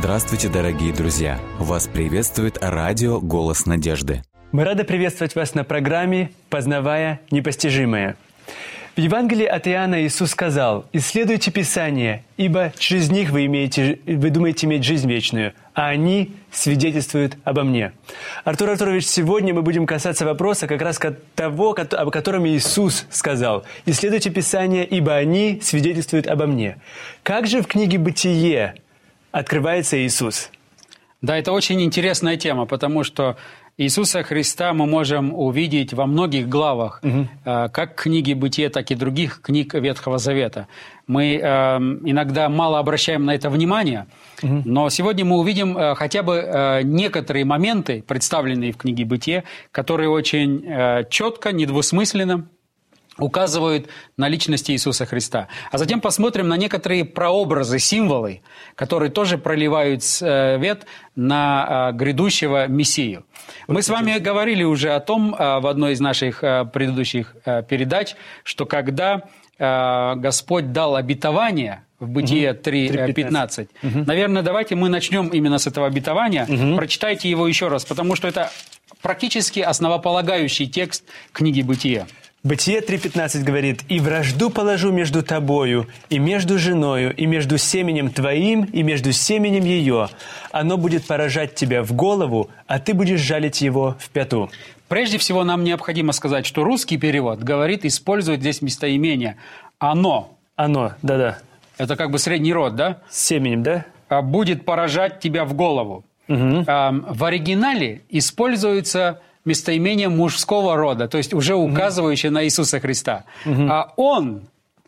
Здравствуйте, дорогие друзья! Вас приветствует радио «Голос надежды». Мы рады приветствовать вас на программе «Познавая непостижимое». В Евангелии от Иоанна Иисус сказал: «Исследуйте Писание, ибо через них вы думаете иметь жизнь вечную, а они свидетельствуют обо мне». Артур Артурович, сегодня мы будем касаться вопроса как раз того, о котором Иисус сказал: «Исследуйте Писание, ибо они свидетельствуют обо мне». Как же в книге «Бытие» открывается Иисус? Да, это очень интересная тема, потому что Иисуса Христа мы можем увидеть во многих главах, как книги «Бытие», так и других книг Ветхого Завета. Мы иногда мало обращаем на это внимание, но сегодня мы увидим хотя бы некоторые моменты, представленные в книге «Бытие», которые очень четко, недвусмысленно указывают на личность Иисуса Христа. А затем посмотрим на некоторые прообразы, символы, которые тоже проливают свет на грядущего Мессию. Мы с вами говорили уже о том в одной из наших предыдущих передач, что когда Господь дал обетование в Бытие 3:15, наверное, давайте мы начнем именно с этого обетования. Прочитайте его еще раз, потому что это практически основополагающий текст книги «Бытие». Бытие 3:15 говорит: «И вражду положу между тобою, и между женою, и между семенем твоим, и между семенем ее. Оно будет поражать тебя в голову, а ты будешь жалить его в пяту». Прежде всего, нам необходимо сказать, что русский перевод говорит, использует здесь местоимение «оно». Оно, да-да. Это как бы средний род, да? С семенем, да? «Будет поражать тебя в голову». В оригинале используется местоимение мужского рода, то есть уже указывающее на Иисуса Христа. А Он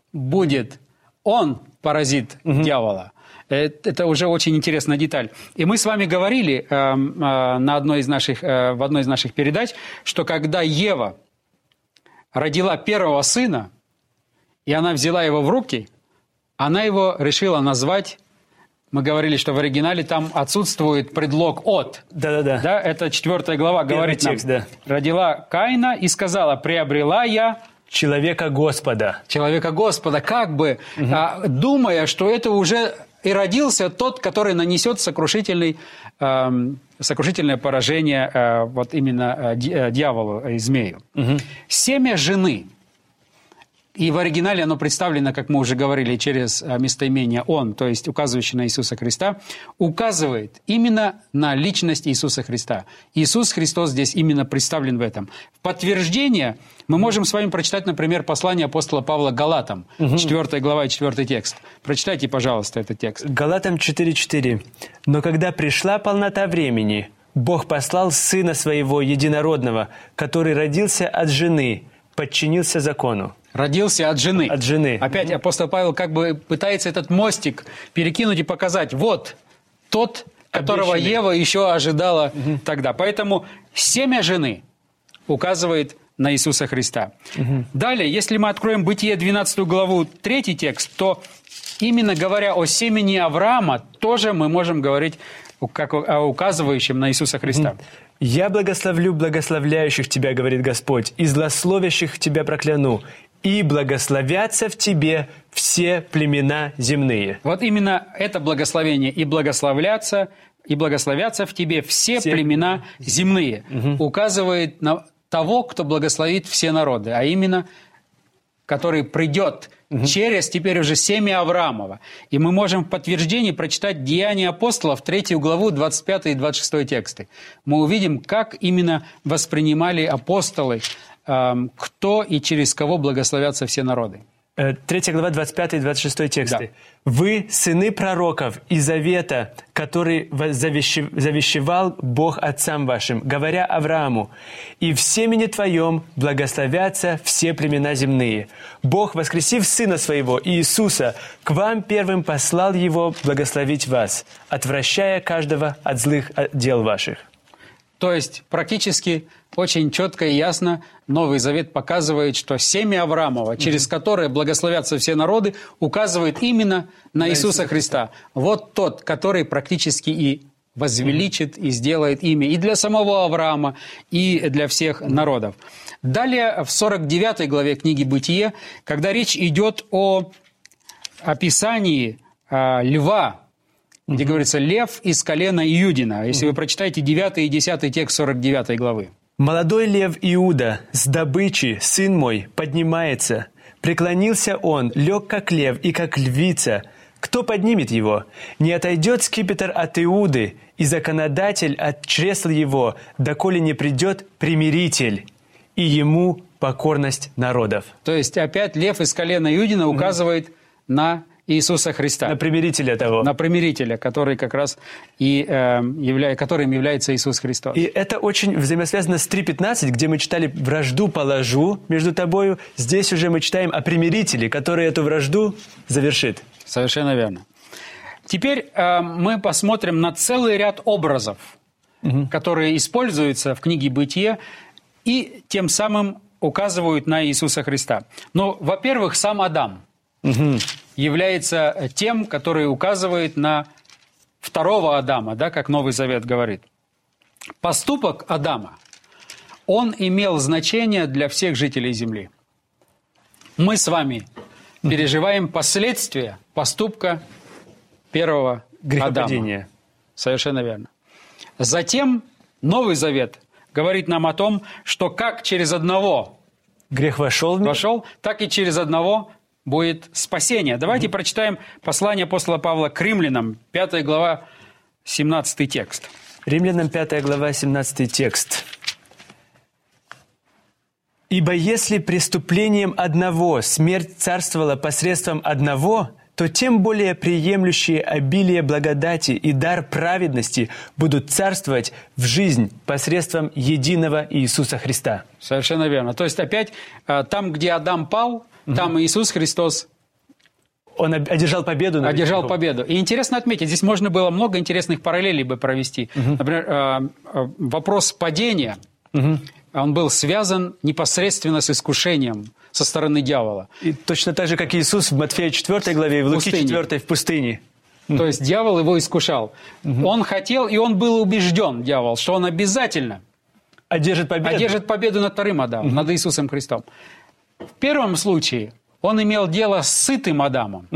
поразит дьявола. Это уже очень интересная деталь. И мы с вами говорили в одной из наших передач, что когда Ева родила первого сына, и она взяла его в руки, она его решила назвать. Мы говорили, что в оригинале там отсутствует предлог «от». Да-да-да. Да, это 4 глава говорит текст, нам. да. «Родила Каина и сказала: приобрела я человека Господа». Человека Господа, как бы думая, что это уже и родился тот, который нанесет сокрушительное поражение вот именно дьяволу и змею. Семя жены. И в оригинале оно представлено, как мы уже говорили, через местоимение «он», то есть указывающее на Иисуса Христа, указывает именно на личность Иисуса Христа. Иисус Христос здесь именно представлен в этом. В подтверждение мы можем с вами прочитать, например, послание апостола Павла к Галатам, 4 глава и 4 текст. Прочитайте, пожалуйста, этот текст. Галатам 4:4. «Но когда пришла полнота времени, Бог послал Сына Своего Единородного, который родился от жены, подчинился закону». Родился от жены. От жены. Опять апостол Павел как бы пытается этот мостик перекинуть и показать. Вот тот, которого Ева еще ожидала тогда. Поэтому семя жены указывает на Иисуса Христа. Далее, если мы откроем Бытие 12 главу, 3 текст, то именно говоря о семени Авраама, тоже мы можем говорить как о указывающем на Иисуса Христа. «Я благословлю благословляющих тебя, говорит Господь, и злословящих тебя прокляну, и благословятся в тебе все племена земные». Вот именно это благословение «и благословятся в тебе все племена земные» указывает на того, кто благословит все народы, а именно, который придет через теперь уже семя Авраамова. И мы можем в подтверждении прочитать Деяния апостолов, 3 главу, 25 и 26 тексты. Мы увидим, как именно воспринимали апостолы, кто и через кого благословятся все народы. 3 глава, 25 и 26 тексты. Да. «Вы сыны пророков и завета, который завещевал Бог отцам вашим, говоря Аврааму: и в семени твоем благословятся все племена земные. Бог, воскресив Сына Своего, Иисуса, к вам первым послал Его благословить вас, отвращая каждого от злых дел ваших». То есть практически очень четко и ясно Новый Завет показывает, что семя Авраамова, через которое благословятся все народы, указывает именно на Иисуса Христа. Вот тот, который практически и возвеличит, и сделает имя и для самого Авраама, и для всех народов. Далее, в 49 главе книги «Бытие», когда речь идет о описании льва, где говорится «лев из колена Иудина». Если вы прочитаете 9 и 10 текст 49 главы. «Молодой лев Иуда, с добычи, сын мой, поднимается. Преклонился он, лег как лев и как львица. Кто поднимет его? Не отойдет скипетр от Иуды, и законодатель от чресла его, доколе не придет примиритель, и ему покорность народов». То есть опять лев из колена Иудина указывает на Иисуса Христа. На примирителя того. На примирителя, который как раз и которым является Иисус Христос. И это очень взаимосвязано с 3.15, где мы читали «вражду положу между тобою». Здесь уже мы читаем о примирителе, который эту вражду завершит. Совершенно верно. Теперь мы посмотрим на целый ряд образов, которые используются в книге «Бытие» и тем самым указывают на Иисуса Христа. Ну, во-первых, сам Адам является тем, который указывает на второго Адама, да, как Новый Завет говорит. Поступок Адама, он имел значение для всех жителей земли. Мы с вами переживаем последствия поступка первого грехопадения. Адама. Совершенно верно. Затем Новый Завет говорит нам о том, что как через одного грех вошел, так и через одного будет спасение. Давайте прочитаем послание апостола Павла к римлянам, 5 глава, 17 текст. Римлянам 5 глава, 17 текст. «Ибо если преступлением одного смерть царствовала посредством одного, то тем более приемлющие обилие благодати и дар праведности будут царствовать в жизнь посредством единого Иисуса Христа». Совершенно верно. То есть опять там, где Адам пал, там Иисус Христос Он одержал победу. Одержал победу. И интересно отметить, здесь можно было много интересных параллелей бы провести. Например, вопрос падения, он был связан непосредственно с искушением со стороны дьявола. И точно так же, как Иисус в Матфея 4 главе и в Луки 4 в пустыне. То есть дьявол его искушал. Он хотел, и он был убежден, дьявол, что он обязательно одержит победу над вторым Адамом, над Иисусом Христом. В первом случае он имел дело с сытым Адамом.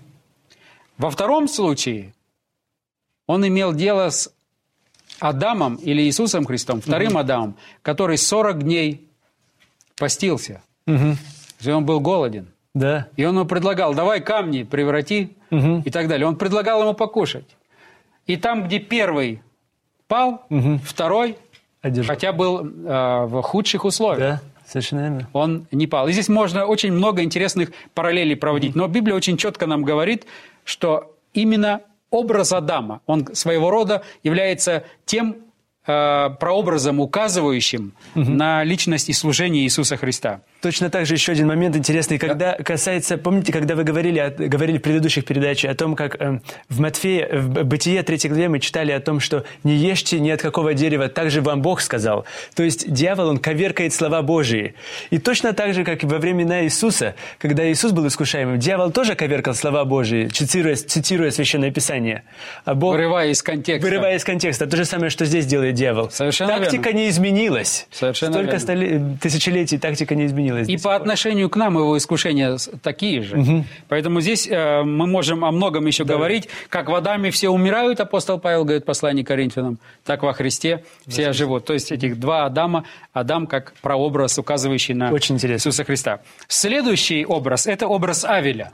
Во втором случае он имел дело с Адамом или Иисусом Христом, вторым Адамом, который 40 дней постился. И он был голоден. Да. И он ему предлагал: давай камни преврати и так далее. Он предлагал ему покушать. И там, где первый пал, второй, хотя был в худших условиях. Да. Совершенно верно. Он не пал. И здесь можно очень много интересных параллелей проводить. Но Библия очень четко нам говорит, что именно образ Адама, он своего рода является тем прообразом, указывающим на личность и служение Иисуса Христа. Точно так же еще один момент интересный, когда касается, помните, когда вы говорили в предыдущих передачах о том, как в Матфея, в Бытие 3 главе мы читали о том, что не ешьте ни от какого дерева, так же вам Бог сказал. То есть дьявол, он коверкает слова Божии. И точно так же, как и во времена Иисуса, когда Иисус был искушаемым, дьявол тоже коверкал слова Божии, цитируя Священное Писание. А Бог, вырывая из контекста. Вырывая из контекста. То же самое, что здесь делает дьявол. Совершенно тактика верно. Не изменилась. Совершенно Столько верно. Тысячелетий тактика не изменилась. И по отношению к нам его искушения такие же. Поэтому здесь мы можем о многом еще говорить. Как в Адаме все умирают, апостол Павел говорит в послании к Коринфянам, так во Христе все живут. То есть этих два Адама, Адам как прообраз, указывающий на Иисуса Христа. Следующий образ – это образ Авеля.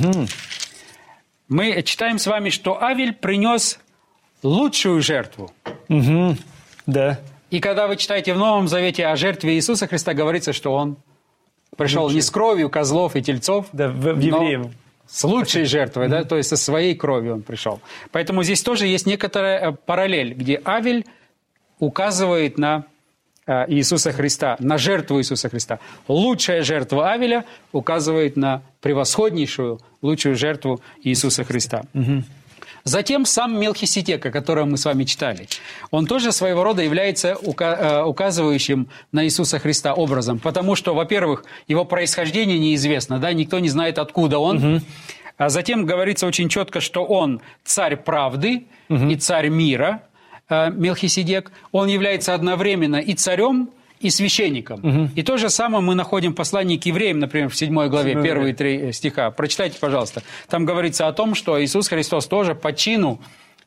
Мы читаем с вами, что Авель принес лучшую жертву. Да. И когда вы читаете в Новом Завете о жертве Иисуса Христа, говорится, что Он пришел не с кровью козлов и тельцов, да, в евреев, с лучшей жертвой, да, то есть со своей кровью Он пришел. Поэтому здесь тоже есть некоторая параллель, где Авель указывает на Иисуса Христа, на жертву Иисуса Христа. Лучшая жертва Авеля указывает на превосходнейшую, лучшую жертву Иисуса Христа. Затем сам Мелхиседек, о котором мы с вами читали, он тоже своего рода является указывающим на Иисуса Христа образом, потому что, во-первых, его происхождение неизвестно, да, никто не знает, откуда он. А затем говорится очень четко, что он царь правды и царь мира, Мелхиседек. Он является одновременно и царем, и священником. И то же самое мы находим в послании к евреям, например, в 7 главе, первые 3 стиха. Прочитайте, пожалуйста. Там говорится о том, что Иисус Христос тоже по чину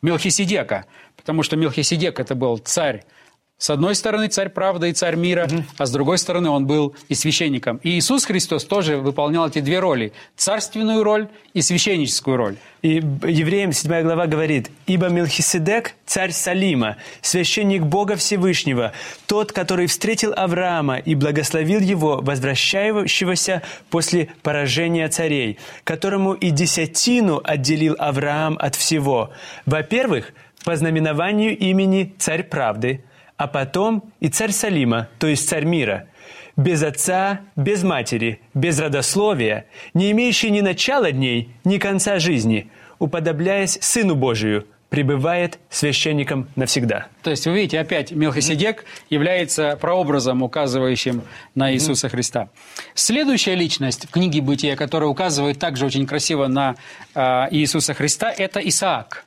Мелхиседека, потому что Мелхиседек – это был царь. С одной стороны, царь правды и царь мира, а с другой стороны, он был и священником. И Иисус Христос тоже выполнял эти две роли – царственную роль и священническую роль. И Евреям 7 глава говорит: «Ибо Мелхиседек, царь Салима, священник Бога Всевышнего, тот, который встретил Авраама и благословил его, возвращающегося после поражения царей, которому и десятину отделил Авраам от всего. Во-первых, по знаменованию имени царь правды, а потом и царь Салима, то есть царь мира, без отца, без матери, без родословия, не имеющий ни начала дней, ни конца жизни, уподобляясь Сыну Божию, пребывает священником навсегда». То есть, вы видите, опять Мелхиседек является прообразом, указывающим на Иисуса Христа. Следующая личность в книге «Бытия», которая указывает также очень красиво на Иисуса Христа, это Исаак.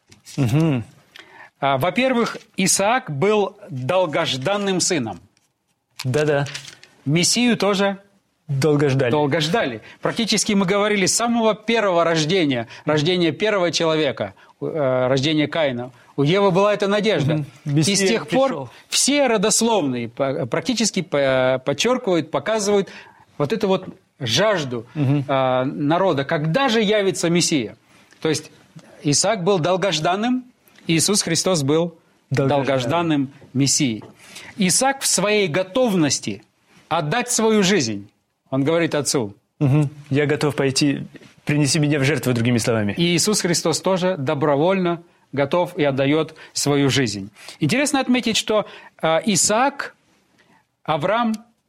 Во-первых, Исаак был долгожданным сыном. Да-да. Мессию тоже Долго ждали. долго ждали. Практически мы говорили с самого первого рождения, рождения первого человека, рождения Каина. У Евы была эта надежда. И с тех пор все родословные практически подчеркивают, показывают вот эту вот жажду народа, когда же явится Мессия. То есть Исаак был долгожданным, Иисус Христос был долгожданным Мессией. Исаак в своей готовности отдать свою жизнь, он говорит отцу: «Я готов пойти, принеси меня в жертву», другими словами. И Иисус Христос тоже добровольно готов и отдает свою жизнь. Интересно отметить, что Исаак, Авраам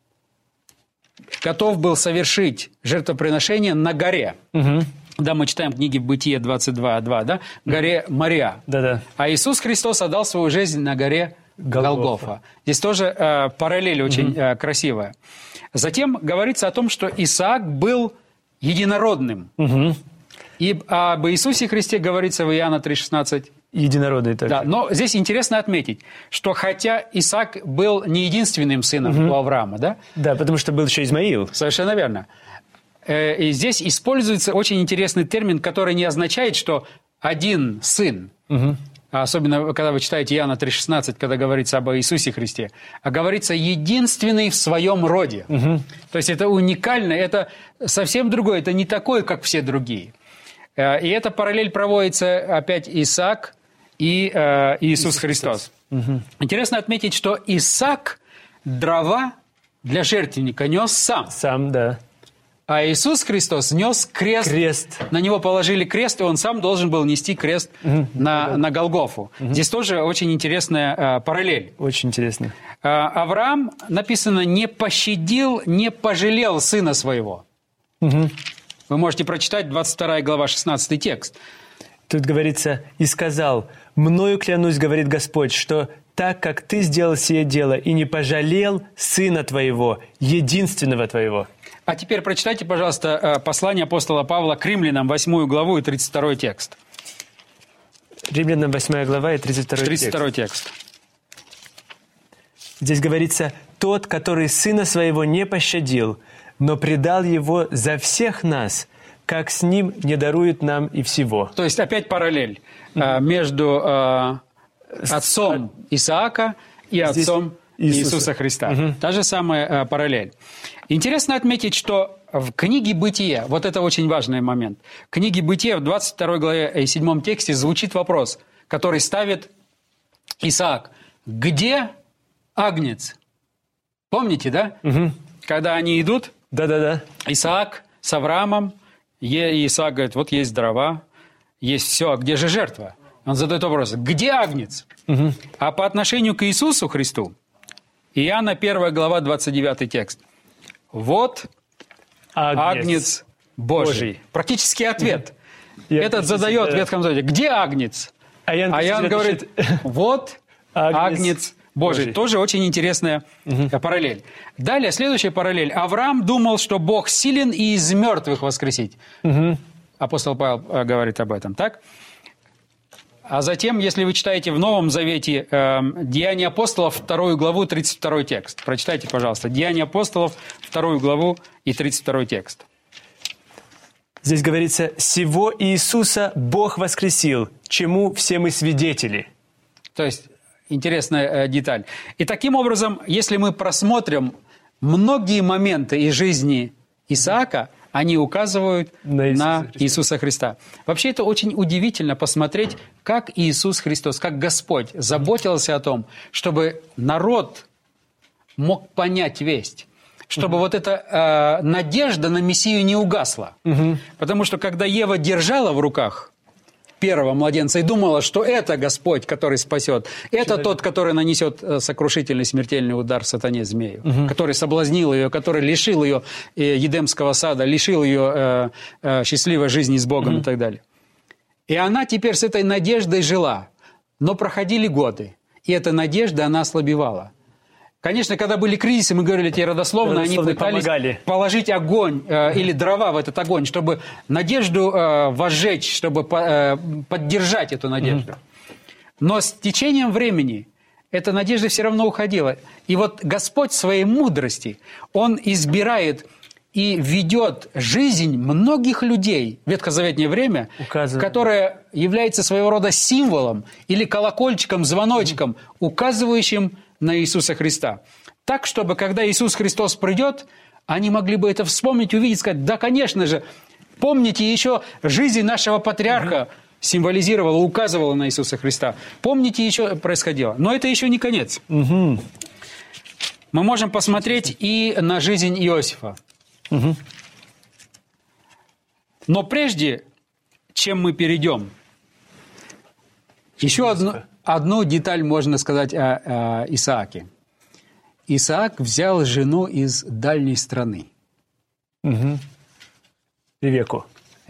готов был совершить жертвоприношение на горе. Да, мы читаем в книге «Бытие» 22:2, да? Горе Мория. Да-да. А Иисус Христос отдал свою жизнь на горе Голгофа. Здесь тоже параллель очень красивая. Затем говорится о том, что Исаак был единородным. И об Иисусе Христе говорится в Иоанна 3,16. Единородный также. Да, но здесь интересно отметить, что хотя Исаак был не единственным сыном у Авраама, да? Да, потому что был еще Измаил. Совершенно верно. И здесь используется очень интересный термин, который не означает, что один сын, особенно когда вы читаете Иоанна 3,16, когда говорится об Иисусе Христе, а говорится единственный в своем роде. То есть это уникально, это совсем другое, это не такое, как все другие. И эта параллель проводится опять Исаак и Иисус Христос. Интересно отметить, что Исаак дрова для жертвенника нес сам. Сам, да. А Иисус Христос нес крест. На него положили крест, и он сам должен был нести крест на Голгофу. Здесь тоже очень интересная параллель. Очень интересно. Авраам, написано, не пощадил, не пожалел сына своего. Вы можете прочитать 22 глава, 16 текст. Тут говорится: «И сказал: мною клянусь, говорит Господь, что так как ты сделал сие дело и не пожалел сына твоего, единственного твоего». А теперь прочитайте, пожалуйста, послание апостола Павла к римлянам, 8 главу и 32 текст. Римлянам 8 глава и 32 текст. 32 текст. Здесь говорится: «Тот, который сына своего не пощадил, но предал его за всех нас, как с ним не дарует нам и всего». То есть опять параллель между отцом Исаака и отцом Иисуса Христа. Та же самая параллель. Интересно отметить, что в книге «Бытие», вот это очень важный момент, в книге «Бытие» в 22 главе и 7 тексте звучит вопрос, который ставит Исаак: «Где агнец?» Помните, да? Когда они идут, Да-да-да. Исаак с Авраамом, и Исаак говорит: вот есть дрова, есть все, а где же жертва? Он задает вопрос: где агнец? А по отношению к Иисусу Христу, Иоанна 1 глава, 29 текст. Вот агнец Божий. Практически ответ. Этот задает в Ветхом Завете: где агнец? А Иоанн говорит: вот агнец Божий. Тоже очень интересная параллель. Далее, следующая параллель. Авраам думал, что Бог силен и из мертвых воскресить. Апостол Павел говорит об этом, так? А затем, если вы читаете в Новом Завете Деяния апостолов, 2 главу, 32 текст. Прочитайте, пожалуйста. Деяния апостолов, 2 главу и 32 текст. Здесь говорится, «Сего Иисуса Бог воскресил, чему все мы свидетели». То есть, интересная деталь. И таким образом, если мы просмотрим многие моменты из жизни Исаака, они указывают на Иисуса Христа. Вообще, это очень удивительно посмотреть, как Иисус Христос, как Господь заботился о том, чтобы народ мог понять весть, чтобы вот эта надежда на Мессию не угасла. Потому что, когда Ева держала в руках первого младенца и думала, что это Господь, который спасет, это тот, который нанесет сокрушительный смертельный удар сатане змею, который соблазнил ее, который лишил ее Едемского сада, лишил ее счастливой жизни с Богом и так далее. И она теперь с этой надеждой жила, но проходили годы, и эта надежда, она ослабевала. Конечно, когда были кризисы, мы говорили тебе родословно, они пытались положить огонь или дрова в этот огонь, чтобы надежду возжечь, чтобы поддержать эту надежду. Но с течением времени эта надежда все равно уходила. И вот Господь в своей мудрости, Он избирает и ведет жизнь многих людей в ветхозаветнее время, которое является своего рода символом или колокольчиком, звоночком, указывающим на Иисуса Христа. Так, чтобы, когда Иисус Христос придет, они могли бы это вспомнить, увидеть, сказать, да, конечно же, помните еще жизнь нашего патриарха символизировала, указывала на Иисуса Христа. Помните, еще происходило. Но это еще не конец. Мы можем посмотреть и на жизнь Иосифа. Но прежде, чем мы перейдем, еще одну деталь можно сказать о Исааке. Исаак взял жену из дальней страны. Ревекку.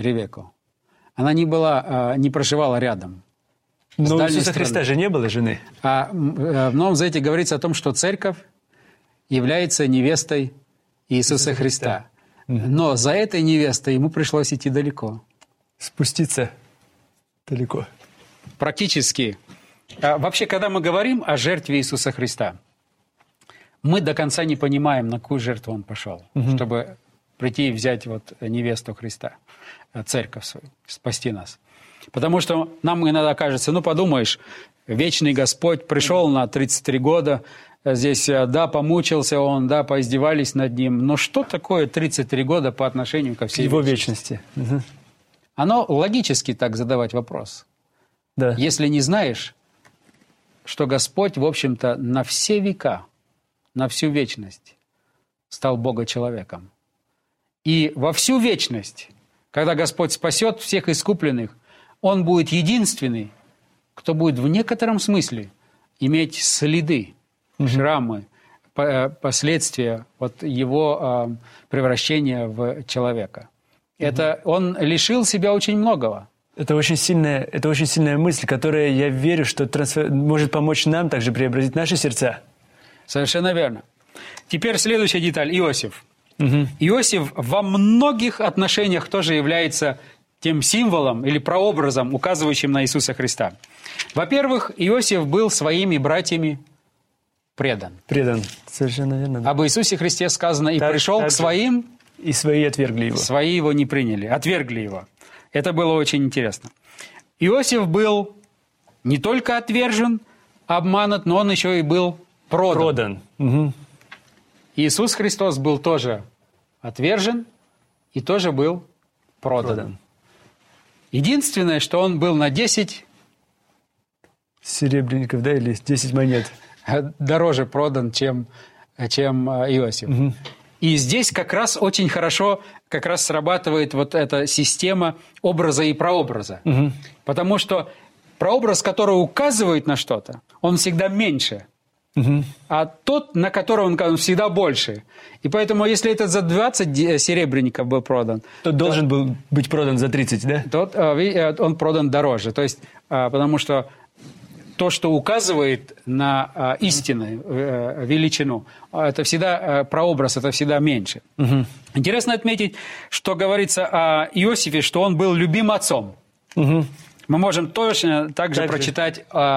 Она не проживала рядом. Но у Иисуса Христа же не было жены. В Новом Завете говорится о том, что церковь является невестой Иисуса Христа. Но за этой невестой ему пришлось идти далеко. Спуститься далеко. Практически. Вообще, когда мы говорим о жертве Иисуса Христа, мы до конца не понимаем, на какую жертву Он пошел, чтобы прийти и взять вот невесту Христа, церковь свою, спасти нас. Потому что нам иногда кажется, ну подумаешь, вечный Господь пришел на 33 года, здесь, да, помучился Он, да, поиздевались над Ним, но что такое 33 года по отношению ко всей Его вечности? Оно логически так задавать вопрос. Да. Если не знаешь, что Господь, в общем-то, на все века, на всю вечность стал Бога-человеком. И во всю вечность, когда Господь спасет всех искупленных, Он будет единственный, кто будет в некотором смысле иметь следы, шрамы, последствия от Его превращения в человека. Это Он лишил себя очень многого. Это очень сильная мысль, которая, я верю, что может помочь нам также преобразить наши сердца. Совершенно верно. Теперь следующая деталь. Иосиф. Иосиф во многих отношениях тоже является тем символом или прообразом, указывающим на Иисуса Христа. Во-первых, Иосиф был своими братьями предан. Предан. Совершенно верно. Да. Об Иисусе Христе сказано, и пришел к своим, и свои отвергли его. Свои его не приняли, отвергли его. Это было очень интересно. Иосиф был не только отвержен, обманут, но он еще и был продан. Иисус Христос был тоже отвержен и тоже был продан. Единственное, что он был на 10 серебряников, да, или 10 монет дороже продан, чем Иосиф. И здесь как раз очень хорошо срабатывает вот эта система образа и прообраза. Потому что прообраз, который указывает на что-то, он всегда меньше. А тот, на которого он всегда больше. И поэтому, если это за 20 серебряников был продан, то должен был быть продан за 30, да? Тот, он продан дороже. То есть, потому что то, что указывает на истинную величину, это всегда прообраз, это всегда меньше. Интересно отметить, что говорится о Иосифе, что он был любим отцом. Мы можем точно также прочитать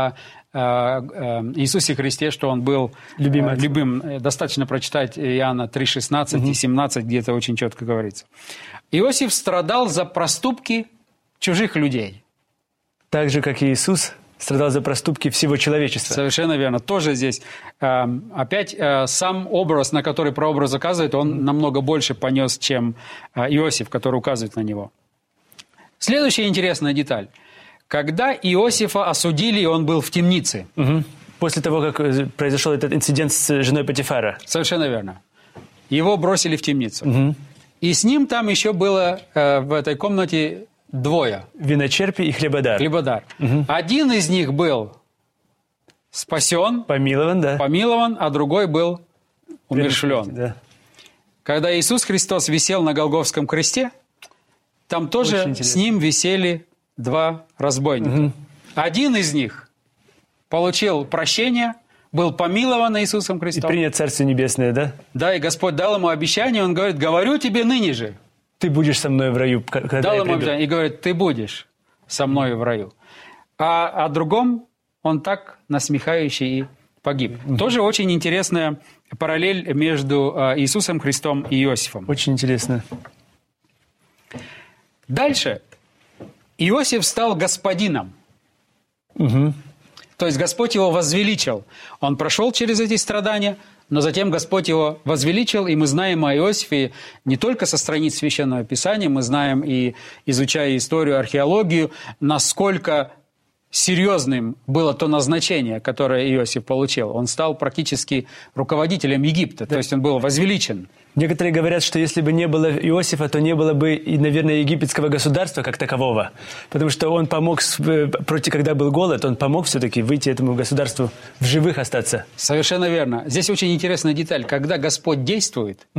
Иисусе Христе, что Он был любым. Достаточно прочитать Иоанна 3,16 и 17, где это очень четко говорится. Иосиф страдал за проступки чужих людей. Так же, как и Иисус страдал за проступки всего человечества. Совершенно верно. Тоже здесь опять сам образ, на который прообраз указывает, он намного больше понес, чем Иосиф, который указывает на него. Следующая интересная деталь. Когда Иосифа осудили, он был в темнице. После того, как произошел этот инцидент с женой Потифара. Совершенно верно. Его бросили в темницу. И с ним там еще было в этой комнате двое. Виночерпий и хлебодар. Один из них был спасен, помилован, а другой был умерщвлен. Да. Когда Иисус Христос висел на Голгофском кресте, там тоже с ним висели два разбойника. Один из них получил прощение, был помилован Иисусом Христом. И принят Царство Небесное, да? Да, и Господь дал ему обещание, он говорит: говорю тебе ныне же. Ты будешь со мной в раю, когда дал я ему приду. обещание, и говорит: ты будешь со мной в раю. А о другом он так насмехающий и погиб. Тоже очень интересная параллель между Иисусом Христом и Иосифом. Очень интересно. Дальше. Иосиф стал господином. То есть Господь его возвеличил. Он прошел через эти страдания, но затем Господь его возвеличил, и мы знаем о Иосифе не только со страниц Священного Писания, мы знаем и, изучая историю, археологию, насколько серьезным было то назначение, которое Иосиф получил. Он стал практически руководителем Египта, то есть он был возвеличен. Некоторые говорят, что если бы не было Иосифа, то не было бы, и, наверное, египетского государства как такового. Потому что он помог, когда был голод, он помог все-таки выйти этому государству в живых остаться. Совершенно верно. Здесь очень интересная деталь. Когда Господь действует,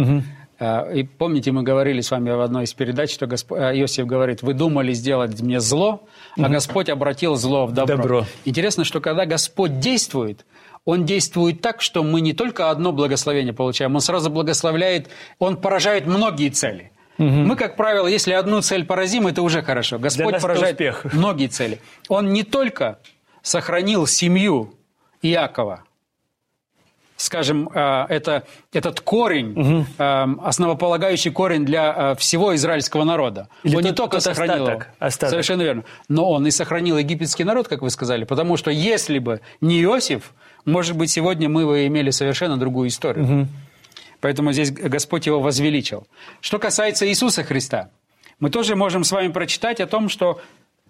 и помните, мы говорили с вами в одной из передач, что Иосиф говорит: вы думали сделать мне зло, а Господь обратил зло в добро. Интересно, что когда Господь действует, Он действует так, что мы не только одно благословение получаем, Он сразу благословляет, Он поражает многие цели. Мы, как правило, если одну цель поразим, это уже хорошо. Господь поражает многие цели. Он не только сохранил семью Иакова, скажем, этот корень, основополагающий корень для всего израильского народа. Он не только сохранил его, совершенно верно, но он и сохранил египетский народ, как вы сказали, потому что если бы не Иосиф, может быть, сегодня мы бы имели совершенно другую историю. Поэтому здесь Господь его возвеличил. Что касается Иисуса Христа, мы тоже можем с вами прочитать о том, что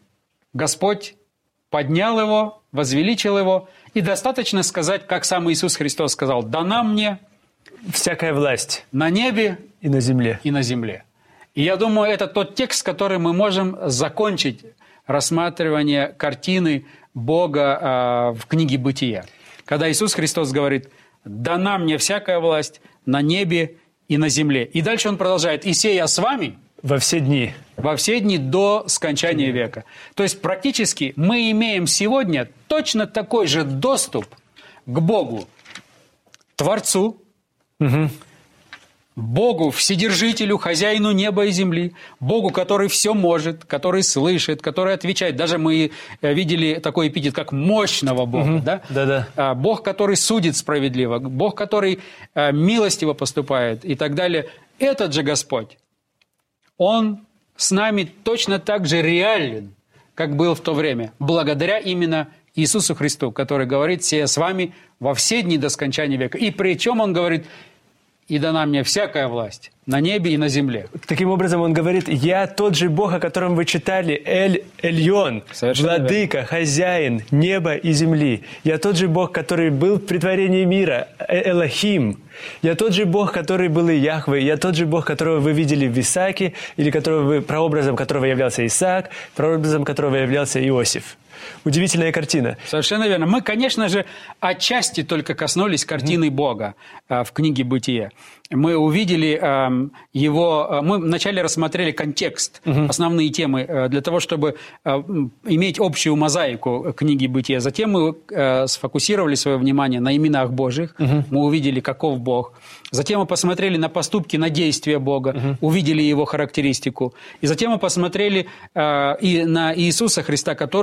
Господь поднял его, возвеличил его, и достаточно сказать, как сам Иисус Христос сказал: «Дана мне всякая власть на небе и на земле». И я думаю, это тот текст, который мы можем закончить рассматривание картины Бога в книге «Бытия». Когда Иисус Христос говорит: «Дана мне всякая власть на небе и на земле». И дальше Он продолжает: «И сей я с вами во все дни до скончания века». То есть практически мы имеем сегодня точно такой же доступ к Богу, Творцу, Богу, Вседержителю, Хозяину неба и земли, Богу, который все может, который слышит, который отвечает. Даже мы видели такой эпитет, как мощного Бога. Да? Бог, который судит справедливо, Бог, который милостиво поступает и так далее. Этот же Господь, Он с нами точно так же реален, как был в то время, благодаря именно Иисусу Христу, который говорит: «Сея с вами во все дни до скончания века». И причем Он говорит: «И дана мне всякая власть на небе и на земле». Таким образом, Он говорит: «Я тот же Бог, о котором вы читали, Эль-Эльон, владыка, хозяин неба и земли. Я тот же Бог, который был при творении мира, Элохим. Я тот же Бог, который был и Яхве. Я тот же Бог, которого вы видели в Исааке, или прообразом которого являлся Исаак, прообразом которого являлся Иосиф». Удивительная картина. Совершенно верно. Мы, конечно же, отчасти только коснулись картины Бога в книге «Бытие». Мы увидели его... Мы вначале рассмотрели контекст, основные темы, для того, чтобы иметь общую мозаику книги «Бытие». Затем мы сфокусировали свое внимание на именах Божьих. Мы увидели, каков Бог. Затем мы посмотрели на поступки, на действия Бога, увидели его характеристику. И затем мы посмотрели и на Иисуса Христа, который уже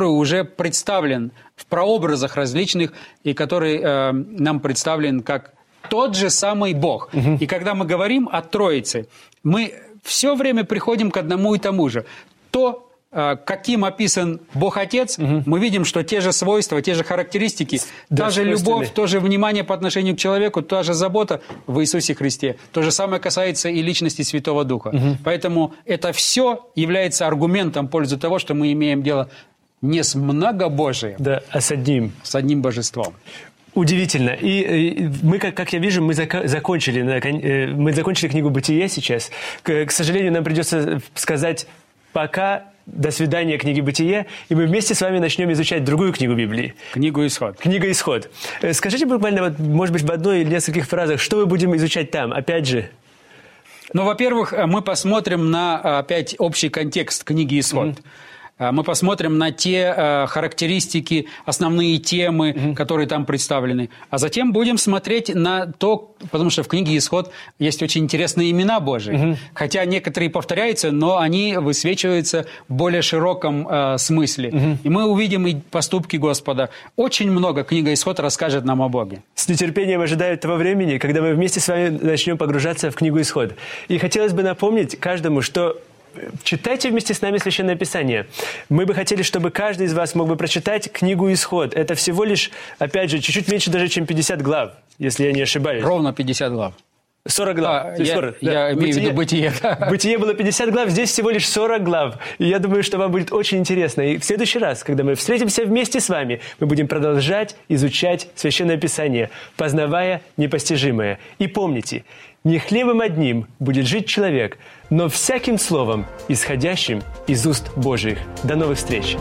представлен в прообразах различных, и который нам представлен как тот же самый Бог. И когда мы говорим о Троице, мы все время приходим к одному и тому же. То, каким описан Бог Отец, мы видим, что те же свойства, те же характеристики, та же любовь, то же внимание по отношению к человеку, та же забота в Иисусе Христе. То же самое касается и личности Святого Духа. Поэтому это все является аргументом в пользу того, что мы имеем дело не с многобожием, да, а с одним божеством. Удивительно. И мы, как я вижу, мы закончили книгу «Бытие» сейчас. К сожалению, нам придется сказать «пока», «до свидания» книги «Бытие», и мы вместе с вами начнем изучать другую книгу Библии. Книгу «Исход». Книга «Исход». Скажите буквально, может быть, в одной или нескольких фразах, что мы будем изучать там, опять же? Ну, во-первых, мы посмотрим на, опять, общий контекст книги «Исход». Мы посмотрим на те характеристики, основные темы, которые там представлены. А затем будем смотреть на то, потому что в книге «Исход» есть очень интересные имена Божии. Хотя некоторые повторяются, но они высвечиваются в более широком смысле. И мы увидим и поступки Господа. Очень много книга «Исход» расскажет нам о Боге. С нетерпением ожидаю того времени, когда мы вместе с вами начнем погружаться в книгу «Исход». И хотелось бы напомнить каждому, что читайте вместе с нами Священное Писание. Мы бы хотели, чтобы каждый из вас мог бы прочитать книгу «Исход». Это всего лишь, опять же, чуть-чуть меньше даже, чем 50 глав, если я не ошибаюсь. Ровно 50 глав. 40 глав. Я имею в виду «Бытие». «Бытие» было 50 глав, здесь всего лишь 40 глав. И я думаю, что вам будет очень интересно. И в следующий раз, когда мы встретимся вместе с вами, мы будем продолжать изучать Священное Писание, познавая непостижимое. И помните, не хлебом одним будет жить человек, но всяким словом, исходящим из уст Божьих. До новых встреч!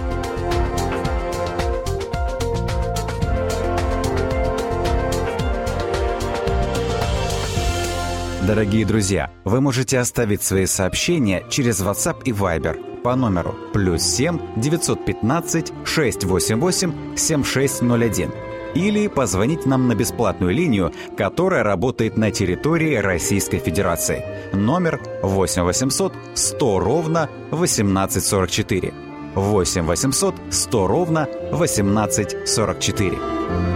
Дорогие друзья, вы можете оставить свои сообщения через WhatsApp и Viber по номеру +7 915 688 7601 или позвонить нам на бесплатную линию, которая работает на территории Российской Федерации. Номер 8 800 100 ровно 1844. 8 800 100 ровно 1844.